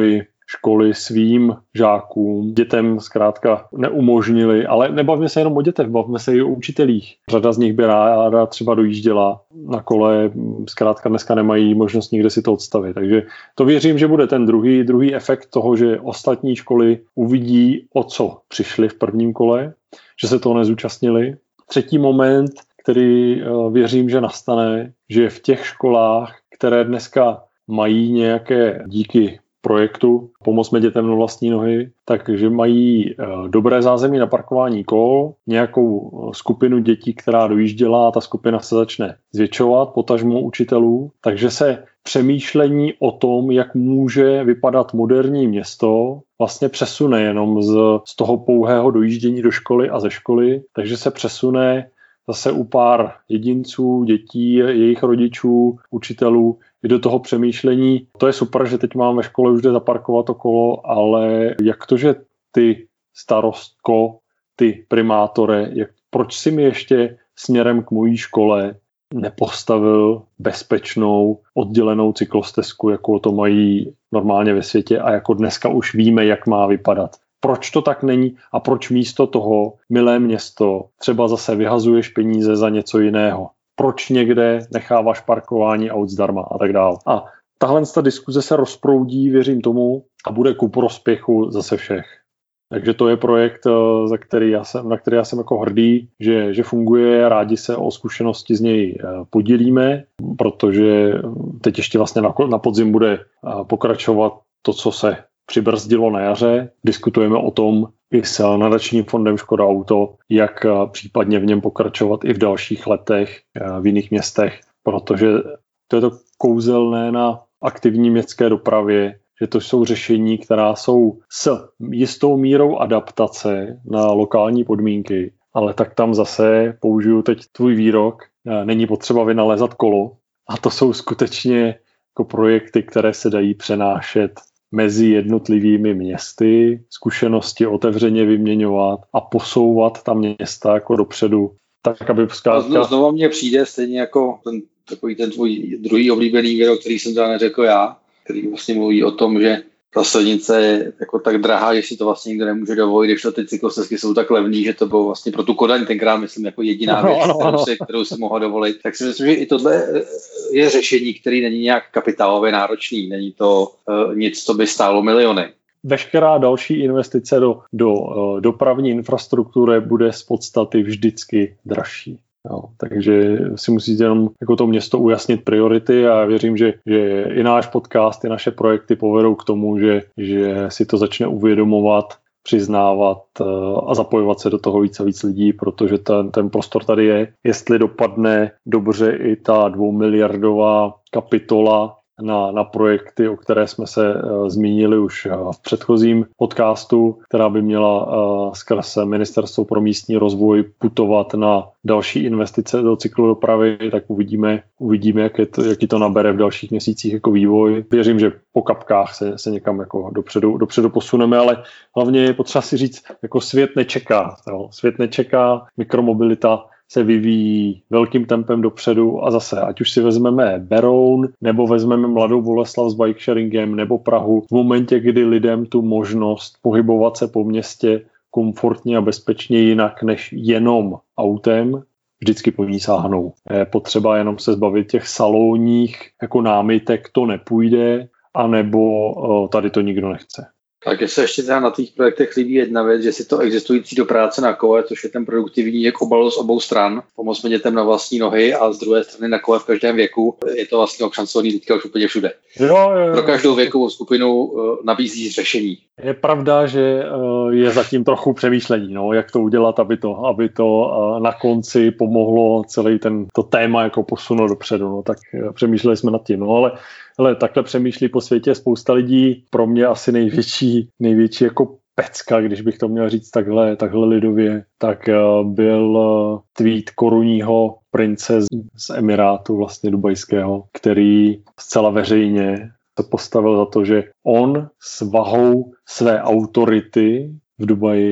školy svým žákům, dětem zkrátka neumožnili, ale nebavíme se jenom o dětech, bavíme se i o učitelích. Řada z nich by ráda třeba dojížděla na kole, zkrátka dneska nemají možnost nikde si to odstavit. Takže to věřím, že bude ten druhý efekt toho, že ostatní školy uvidí, o co přišli v prvním kole, že se toho nezúčastnili. Třetí moment, který věřím, že nastane, že v těch školách, které dneska mají nějaké díky projektu Pomozme dětem na vlastní nohy, takže mají dobré zázemí na parkování kol, nějakou skupinu dětí, která dojížděla a ta skupina se začne zvětšovat, potažmo učitelů, takže se přemýšlení o tom, jak může vypadat moderní město, vlastně přesune jenom z toho pouhého dojíždění do školy a ze školy, takže se přesune zase u pár jedinců, dětí, jejich rodičů, učitelů i do toho přemýšlení. To je super, že teď mám ve škole už jde zaparkovat to kolo, ale jak to, že ty starostko, ty primátore, proč si mi ještě směrem k mojí škole nepostavil bezpečnou oddělenou cyklostezku, jako to mají normálně ve světě a jako dneska už víme, jak má vypadat. Proč to tak není a proč místo toho, milé město, třeba zase vyhazuješ peníze za něco jiného? Proč někde necháváš parkování aut zdarma a tak dále? A tahle diskuze se rozproudí, věřím tomu, a bude ku prospěchu zase všech. Takže to je projekt, na který já jsem jako hrdý, že funguje, rádi se o zkušenosti z něj podělíme, protože teď ještě vlastně na podzim bude pokračovat to, co se přibrzdilo na jaře. Diskutujeme o tom i s nadačním fondem Škoda Auto, jak případně v něm pokračovat i v dalších letech v jiných městech, protože to je to kouzelné na aktivní městské dopravě, že to jsou řešení, která jsou s jistou mírou adaptace na lokální podmínky, ale tak tam zase použiju teď tvůj výrok, není potřeba vynalézat kolo a to jsou skutečně jako projekty, které se dají přenášet mezi jednotlivými městy, zkušenosti otevřeně vyměňovat a posouvat ta města jako dopředu. Tak, aby Znovu mně přijde stejně jako ten tvůj druhý oblíbený výrok, který jsem teda neřekl já, který vlastně mluví o tom, že ta silnice je jako tak drahá, že si to vlastně nikdo nemůže dovolit, když to ty cyklostezky jsou tak levný, že to bylo vlastně pro tu Kodaň tenkrát, myslím, jako jediná věc, kterou si mohla dovolit. Tak si myslím, že i tohle je řešení, který není nějak kapitálově náročný, není to nic, co by stálo miliony. Veškerá další investice do dopravní infrastruktury bude z podstaty vždycky dražší. No, takže si musíte jenom jako to město ujasnit priority a věřím, že i náš podcast, i naše projekty povedou k tomu, že si to začne uvědomovat, přiznávat a zapojovat se do toho víc a víc lidí, protože ten prostor tady je. Jestli dopadne dobře i ta 2miliardová kapitola na projekty, o které jsme se zmínili už v předchozím podcastu, která by měla skrze Ministerstvo pro místní rozvoj putovat na další investice do cyklodopravy, tak uvidíme, jaký to nabere v dalších měsících jako vývoj. Věřím, že po kapkách se někam jako dopředu posuneme, ale hlavně je potřeba si říct, jako svět nečeká. Jo. Svět nečeká, mikromobilita se vyvíjí velkým tempem dopředu a zase, ať už si vezmeme Beroun, nebo vezmeme Mladou Boleslav s bike sharingem, nebo Prahu, v momentě, kdy lidem tu možnost pohybovat se po městě komfortně a bezpečně jinak než jenom autem, vždycky po ní sáhnou. Je potřeba jenom se zbavit těch salonních jako námitek, to nepůjde, anebo tady to nikdo nechce. Tak se ještě teda na těch projektech líbí jedna věc, že si to existující do práce na kole, což je ten produktivní jak obal z obou stran, Pomozme dětem na vlastní nohy a z druhé strany na kole v každém věku, je to vlastně obšancovaný teďka už úplně všude. Jo. Pro každou věkovou skupinu nabízí řešení. Je pravda, že je zatím trochu přemýšlení, jak to udělat, aby to na konci pomohlo celý to téma jako posunout dopředu. Tak přemýšleli jsme nad tím, ale takhle přemýšlí po světě spousta lidí. Pro mě asi největší jako pecka, když bych to měl říct takhle lidově, tak byl tweet korunního prince z Emirátu, vlastně dubajského, který zcela veřejně se postavil za to, že on s vahou své autority v Dubaji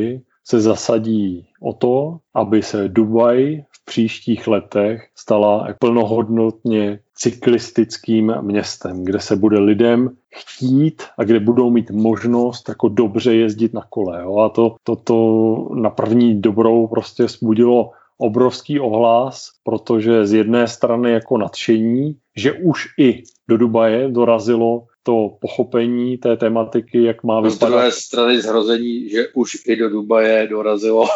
se zasadí o to, aby se Dubaj v příštích letech stala plnohodnotně cyklistickým městem, kde se bude lidem chtít a kde budou mít možnost jako dobře jezdit na kole. Jo? A to na první dobrou prostě vzbudilo obrovský ohlas, protože z jedné strany jako nadšení, že už i do Dubaje dorazilo to pochopení té tematiky, jak má vypadat. Z druhé strany zhrození, že už i do Dubaje dorazilo.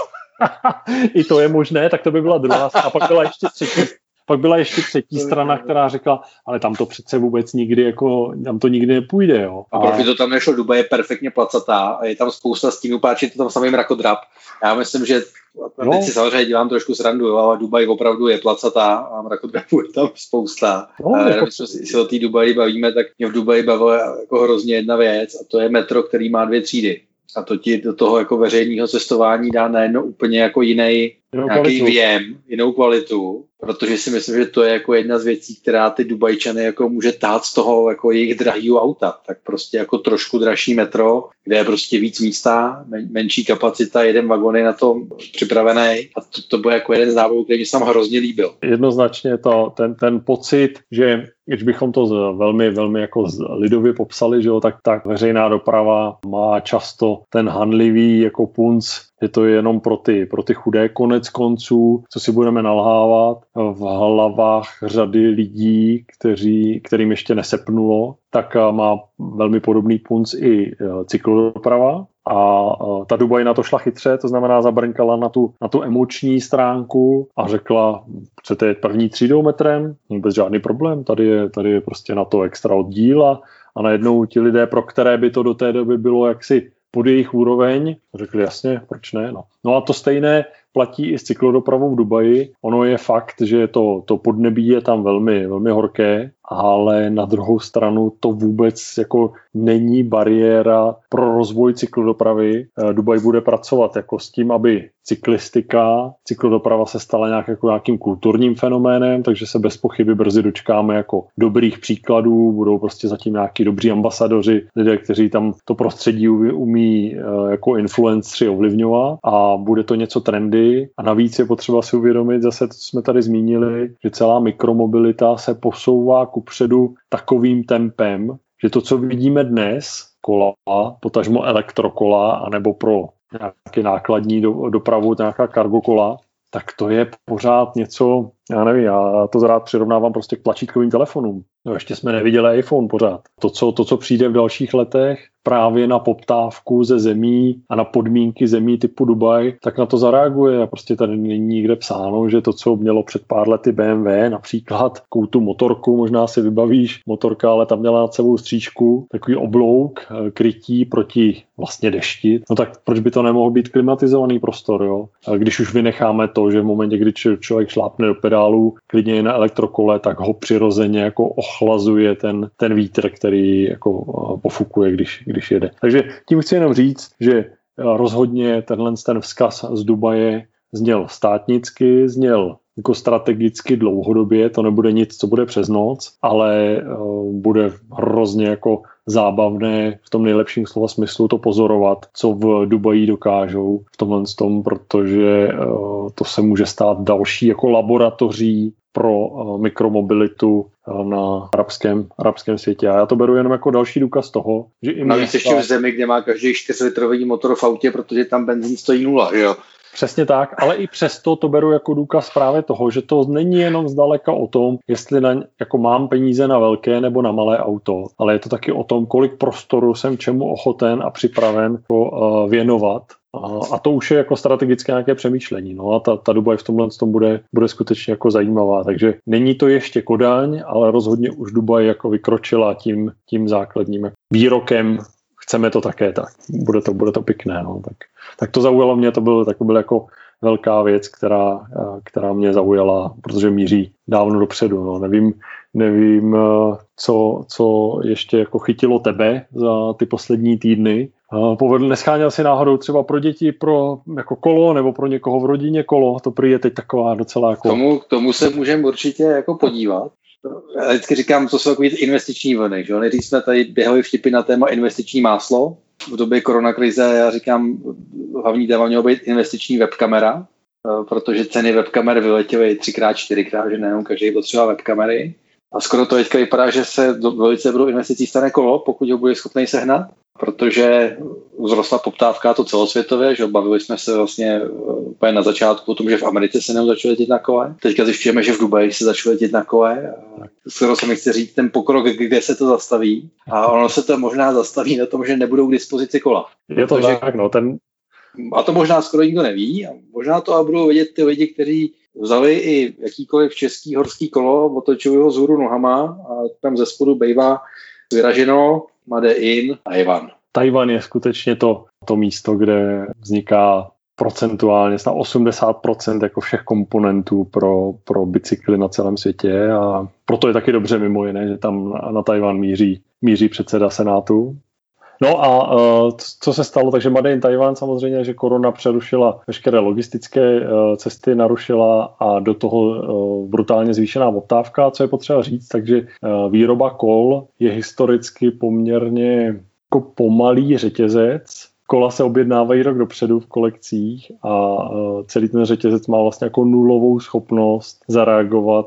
I to je možné, tak to by byla druhá. A pak byla ještě třetí. Pak byla ještě třetí strana, která řekla, ale tam to přece vůbec nikdy, jako, tam to nikdy nepůjde. Jo. A proč by to tam nešlo? Dubaj je perfektně placatá a je tam spousta stínů, páči to tam samý mrakodrap. Já myslím, že teď si samozřejmě dělám trošku srandu, ale Dubaj opravdu je placatá a mrakodrapu je tam spousta. Když si o té Dubaji bavíme, tak mě v Dubaji bavila jako hrozně jedna věc a to je metro, který má 2 třídy. A to ti do toho jako veřejného cestování dá najednou úplně jako jiný nějaký věm, jinou kvalitu, protože si myslím, že to je jako jedna z věcí, která ty Dubajčany jako může tát z toho jako jejich drahýho auta. Tak prostě jako trošku dražší metro, kde je prostě víc místa, menší kapacita, jeden vagon je na to připravený a to byl jako jeden z závodů, který mi se tam hrozně líbil. Jednoznačně ten pocit, že když bychom to velmi, velmi jako lidově popsali, že jo, tak veřejná doprava má často ten hanlivý jako punc, že to je jenom pro ty chudé konec konců, co si budeme nalhávat v hlavách řady lidí, kterým ještě nesepnulo, tak má velmi podobný punc i cyklodoprava. A ta Dubaj na to šla chytře, to znamená zabrnkala na tu emoční stránku a řekla, chcete jet první třídou metrem, vůbec žádný problém, tady je prostě na to extra oddíl a najednou ti lidé, pro které by to do té doby bylo jaksi pod jejich úroveň, řekli jasně, proč ne? No a to stejné platí i s cyklodopravou v Dubaji. Ono je fakt, že to podnebí je tam velmi, velmi horké, ale na druhou stranu to vůbec jako není bariéra pro rozvoj cyklodopravy. Dubaj bude pracovat jako s tím, aby cyklodoprava se stala nějakým kulturním fenoménem, takže se bez pochyby brzy dočkáme jako dobrých příkladů, budou prostě zatím nějaký dobří ambasadoři, lidé, kteří tam to prostředí umí jako influenceri ovlivňovat a bude to něco trendy a navíc je potřeba si uvědomit, zase to jsme tady zmínili, že celá mikromobilita se posouvá kupředu takovým tempem, že to, co vidíme dnes, kola, potažmo elektrokola, anebo pro nějaký nákladní dopravu, nějaká cargo kola, tak to je pořád něco, já nevím, já to rád přirovnávám prostě k tlačítkovým telefonům. No ještě jsme neviděli iPhone pořád. To, co přijde v dalších letech, právě na poptávku ze zemí a na podmínky zemí typu Dubaj, tak na to zareaguje. A prostě tady není nikde psáno, že to, co mělo před pár lety BMW, například tu motorku, možná si vybavíš, motorka, ale tam měla nad sebou stříčku, takový oblouk, krytí proti vlastně dešti. No tak proč by to nemohl být klimatizovaný prostor, jo? A když už vynecháme to, že v momentě, kdy člověk šlápne do pedálu, klidně na elektrokole, tak ho přirozeně jako ochlazuje ten vítr, který jako pofukuje, když jede. Takže tím chci jenom říct, že rozhodně ten vzkaz z Dubaje zněl státnicky, zněl jako strategicky dlouhodobě, to nebude nic, co bude přes noc, ale bude hrozně jako zábavné v tom nejlepším slova smyslu to pozorovat, co v Dubaji dokážou v tomhle tom, protože to se může stát další jako laboratoří pro mikromobilitu na arabském světě. A já to beru jenom jako další důkaz toho, že i navíc ještě v zemi, kde má každý 4litrový motor v autě, protože tam benzín stojí 0, jo? Přesně tak, ale i přesto to beru jako důkaz právě toho, že to není jenom zdaleka o tom, jestli jako mám peníze na velké nebo na malé auto, ale je to taky o tom, kolik prostoru jsem čemu ochoten a připraven věnovat. A to už je jako strategické nějaké přemýšlení. No a ta Dubaj v tomhle tom bude skutečně jako zajímavá. Takže není to ještě Kodaň, ale rozhodně už Dubaj jako vykročila tím základním výrokem. Chceme to také tak. Bude to pěkné. No. Tak to zaujalo mě, to byl jako velká věc, která mě zaujala, protože míří dávno dopředu. No. Nevím, co ještě jako chytilo tebe za ty poslední týdny. Nescháněl si náhodou třeba pro děti jako kolo nebo pro někoho v rodině kolo? To prý je teď taková docela jako... K tomu se můžeme určitě jako podívat. Já vždycky říkám, to jsou takový investiční vlny. Že? Nejdřív jsme tady běhali vtipy na téma investiční máslo. v době koronakrize, já říkám, hlavní téma mělo být investiční webkamera, protože ceny webkamer vyletěly 3x, 4x, že nejenom každý potřeboval webkamery. A skoro to teďka vypadá, že se velice budou investicí stane kolo, pokud ho bude schopný sehnat, protože vzrostla poptávka to celosvětově, že bavili jsme se vlastně úplně na začátku o tom, že v Americe se začalo letět na kole. Teďka zjišťujeme, že v Dubaji se začalo letět na kole. Skoro se mi chce říct ten pokrok, kde se to zastaví. A ono se to možná zastaví na tom, že nebudou k dispozici kola. Je to tak, no. A to možná skoro nikdo neví. A možná to budou vědět ty lidi, kteří vzali i jakýkoliv český horský kolo, otočili ho vzhůru nohama a tam ze spodu bývá vyraženo Made in Taiwan. Taiwan je skutečně to místo, kde vzniká procentuálně na 80% jako všech komponentů pro bicykly na celém světě a proto je taky dobře mimo jiné, že tam na Taiwan míří předseda Senátu. No a co se stalo? Takže Made in Taiwan samozřejmě, že korona přerušila veškeré logistické cesty, narušila a do toho brutálně zvýšená poptávka. Co je potřeba říct, takže výroba kol je historicky poměrně jako pomalý řetězec. Kola se objednávají rok dopředu v kolekcích a celý ten řetězec má vlastně jako nulovou schopnost zareagovat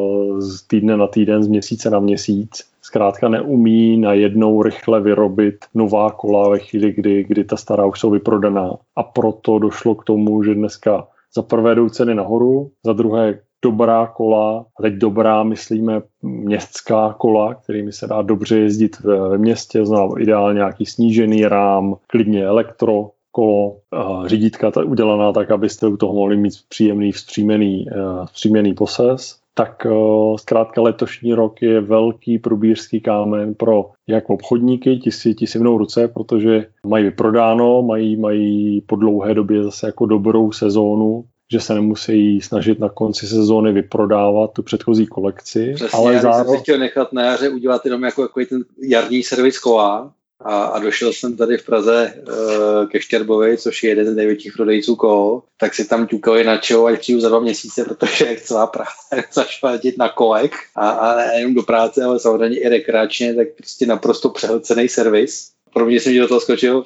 z týdne na týden, z měsíce na měsíc. Zkrátka neumí najednou rychle vyrobit nová kola ve chvíli, kdy ta stará už jsou vyprodaná. A proto došlo k tomu, že dneska za prvé jdou ceny nahoru, za druhé dobrá kola, a teď dobrá myslíme městská kola, kterými se dá dobře jezdit ve městě, znamená ideálně nějaký snížený rám, klidně elektro kolo, řídítka udělaná tak, abyste u toho mohli mít příjemný vzpřímený poses. Tak zkrátka letošní rok je velký průbířský kámen pro jak obchodníky, ti si vnou ruce, protože mají vyprodáno, mají po dlouhé době zase jako dobrou sezónu, že se nemusí snažit na konci sezóny vyprodávat tu předchozí kolekci. Přesně, ale já jsem si chtěl nechat na jaře udělat jenom jako ten jarní servis kola a došel jsem tady v Praze ke Štěrbovi, což je jeden z největších prodejců kol, tak si tam ťukali na čeho, ať přijdu za 2 měsíce, protože jak celá Praha začala jezdit na kolek a nejenom do práce, ale samozřejmě i rekreačně, tak prostě naprosto přehlcený servis. Pro mě jsem do toho skočil.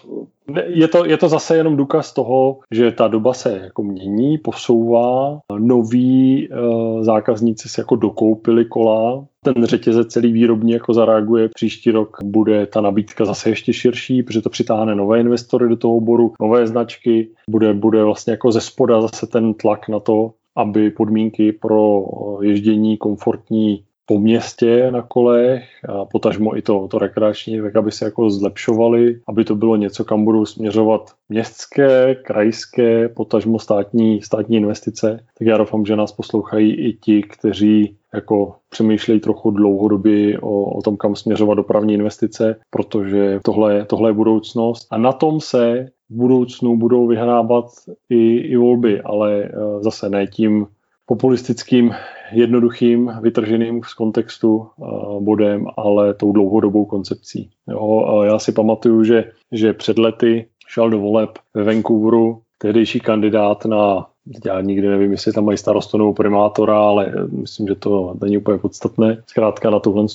Je to zase jenom důkaz toho, že ta doba se jako mění, posouvá, noví zákazníci si jako dokoupili kola, ten řetězec celý výrobní jako zareaguje, příští rok bude ta nabídka zase ještě širší, protože to přitáhne nové investory do toho oboru, nové značky, bude vlastně jako ze spoda zase ten tlak na to, aby podmínky pro ježdění komfortní po městě na kolech a potažmo i to rekreační, tak aby se jako zlepšovaly, aby to bylo něco, kam budou směřovat městské, krajské, potažmo státní investice. Tak já doufám, že nás poslouchají i ti, kteří jako přemýšlejí trochu dlouhodobě o tom, kam směřovat dopravní investice, protože tohle je budoucnost a na tom se v budoucnu budou vyhrávat i volby, ale zase ne tím populistickým, jednoduchým, vytrženým z kontextu bodem, ale tou dlouhodobou koncepcí. Jo, já si pamatuju, že před lety šel do voleb ve Vancouveru tehdejší kandidát na, já nikdy nevím, jestli tam mají starostu nebo primátora, ale myslím, že to není úplně podstatné. Zkrátka na tuhle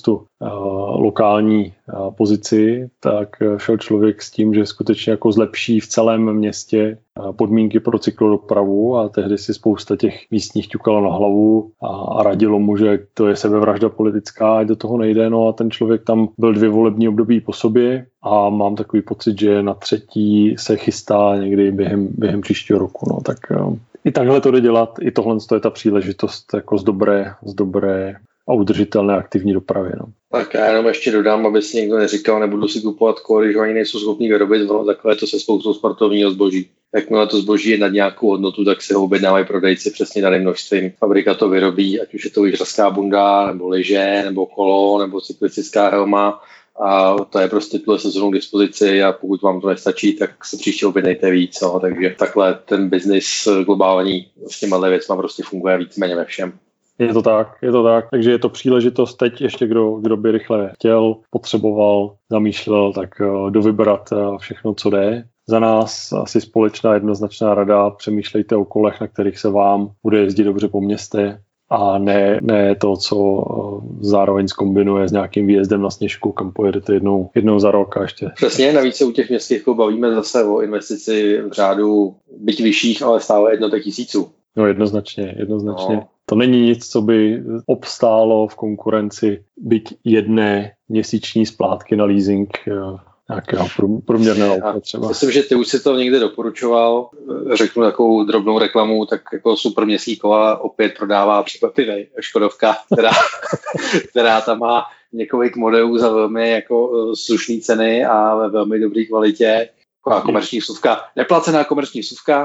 lokální pozici, tak šel člověk s tím, že skutečně jako zlepší v celém městě podmínky pro cyklodopravu a tehdy si spousta těch místních ťukalo na hlavu a radilo mu, že to je sebevražda politická, ať do toho nejde. No a ten člověk tam byl 2 volební období po sobě a mám takový pocit, že na 3. se chystá někdy během příštího roku. No, tak i takhle to jde dělat, i tohle je ta příležitost jako z dobré a udržitelné aktivní dopravy. No. Tak já jenom ještě dodám, aby si někdo neříkal, nebudu si kupovat kolo, když oni nejsou schopní vyrobit, ono takové to se spoustou sportovního zboží. Jakmile to zboží je nad nějakou hodnotu, tak se ho objednávají prodejci přesně daným množstvím. Fabrika to vyrobí, ať už je to lyžařská bunda, nebo lyže, nebo kolo, nebo cyklistická helma. A to je prostě tuhle sezónu k dispozici a pokud vám to nestačí, tak se příště objednejte víc. No. Takže takhle ten biznis globální s těma věcma prostě funguje víceméně ve všem. Je to tak. Takže je to příležitost teď ještě, kdo by rychle chtěl, potřeboval, zamýšlel, tak dovybrat všechno, co jde. Za nás asi společná jednoznačná rada, přemýšlejte o kolech, na kterých se vám bude jezdit dobře po městě a ne to, co zároveň zkombinuje s nějakým výjezdem na Sněžku, kam pojedete jednou za rok a ještě. Přesně, navíc se u těch městských bavíme zase o investici v řádu byť vyšších, ale stále jednotek tisíců. No jednoznačně. No. To není nic, co by obstálo v konkurenci byť jedné měsíční splátky na leasing nějakého průměrného auta třeba. Myslím, že ty už si to někde doporučoval. Řeknu takovou drobnou reklamu, tak jako superměstský kola opět prodává překvapivě Škodovka, která tam má několik modelů za velmi jako slušné ceny a ve velmi dobré kvalitě. Taková komerční vsuvka. Neplacená komerční vsuvka.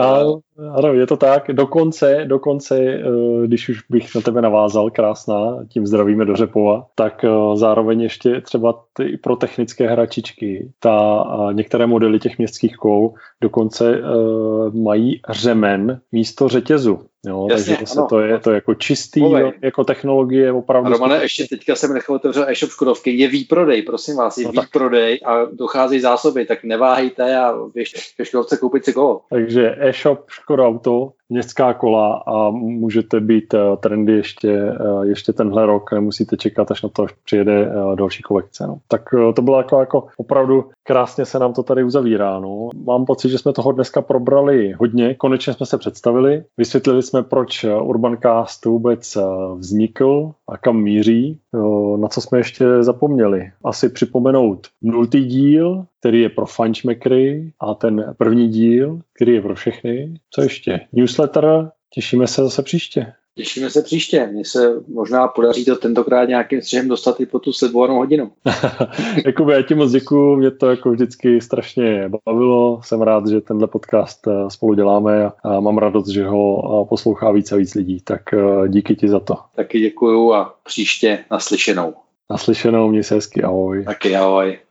Ano, je to tak. Dokonce, když už bych na tebe navázal, krásná, tím zdravíme do Řepova, tak zároveň ještě třeba pro technické hračičky, některé modely těch městských kol dokonce mají řemen místo řetězu. Jo, jasně, takže to je jako čistý, jako technologie opravdu. Romane, ještě teďka jsem nechal otevřel e-shop Škodovky, je výprodej, prosím vás, je výprodej a docházejí zásoby, tak neváhejte a běžte ke Škodovce koupit si kolo. Takže e-shop Škoda Auto, městská kola a můžete být trendy ještě tenhle rok, nemusíte čekat, až na to přijede další kolekce. No. Tak to bylo jako opravdu krásně se nám to tady uzavírá. No. Mám pocit, že jsme toho dneska probrali hodně, konečně jsme se představili, vysvětlili jsme, proč Urbancast vůbec vznikl a kam míří, na co jsme ještě zapomněli. Asi připomenout 0. díl, který je pro fančmekry a ten první díl, který je pro všechny. Co ještě? Newsletter, těšíme se zase příště. Těšíme se příště. Mně se možná podaří to tentokrát nějakým střihem dostat i po tu slibovanou hodinu. Jakube, já ti moc děkuju, mě to jako vždycky strašně bavilo. Jsem rád, že tenhle podcast spolu děláme a mám radost, že ho poslouchá víc a víc lidí. Tak díky ti za to. Taky děkuju a příště naslyšenou. Naslyšenou, měj se hezky, ahoj. Taky ahoj.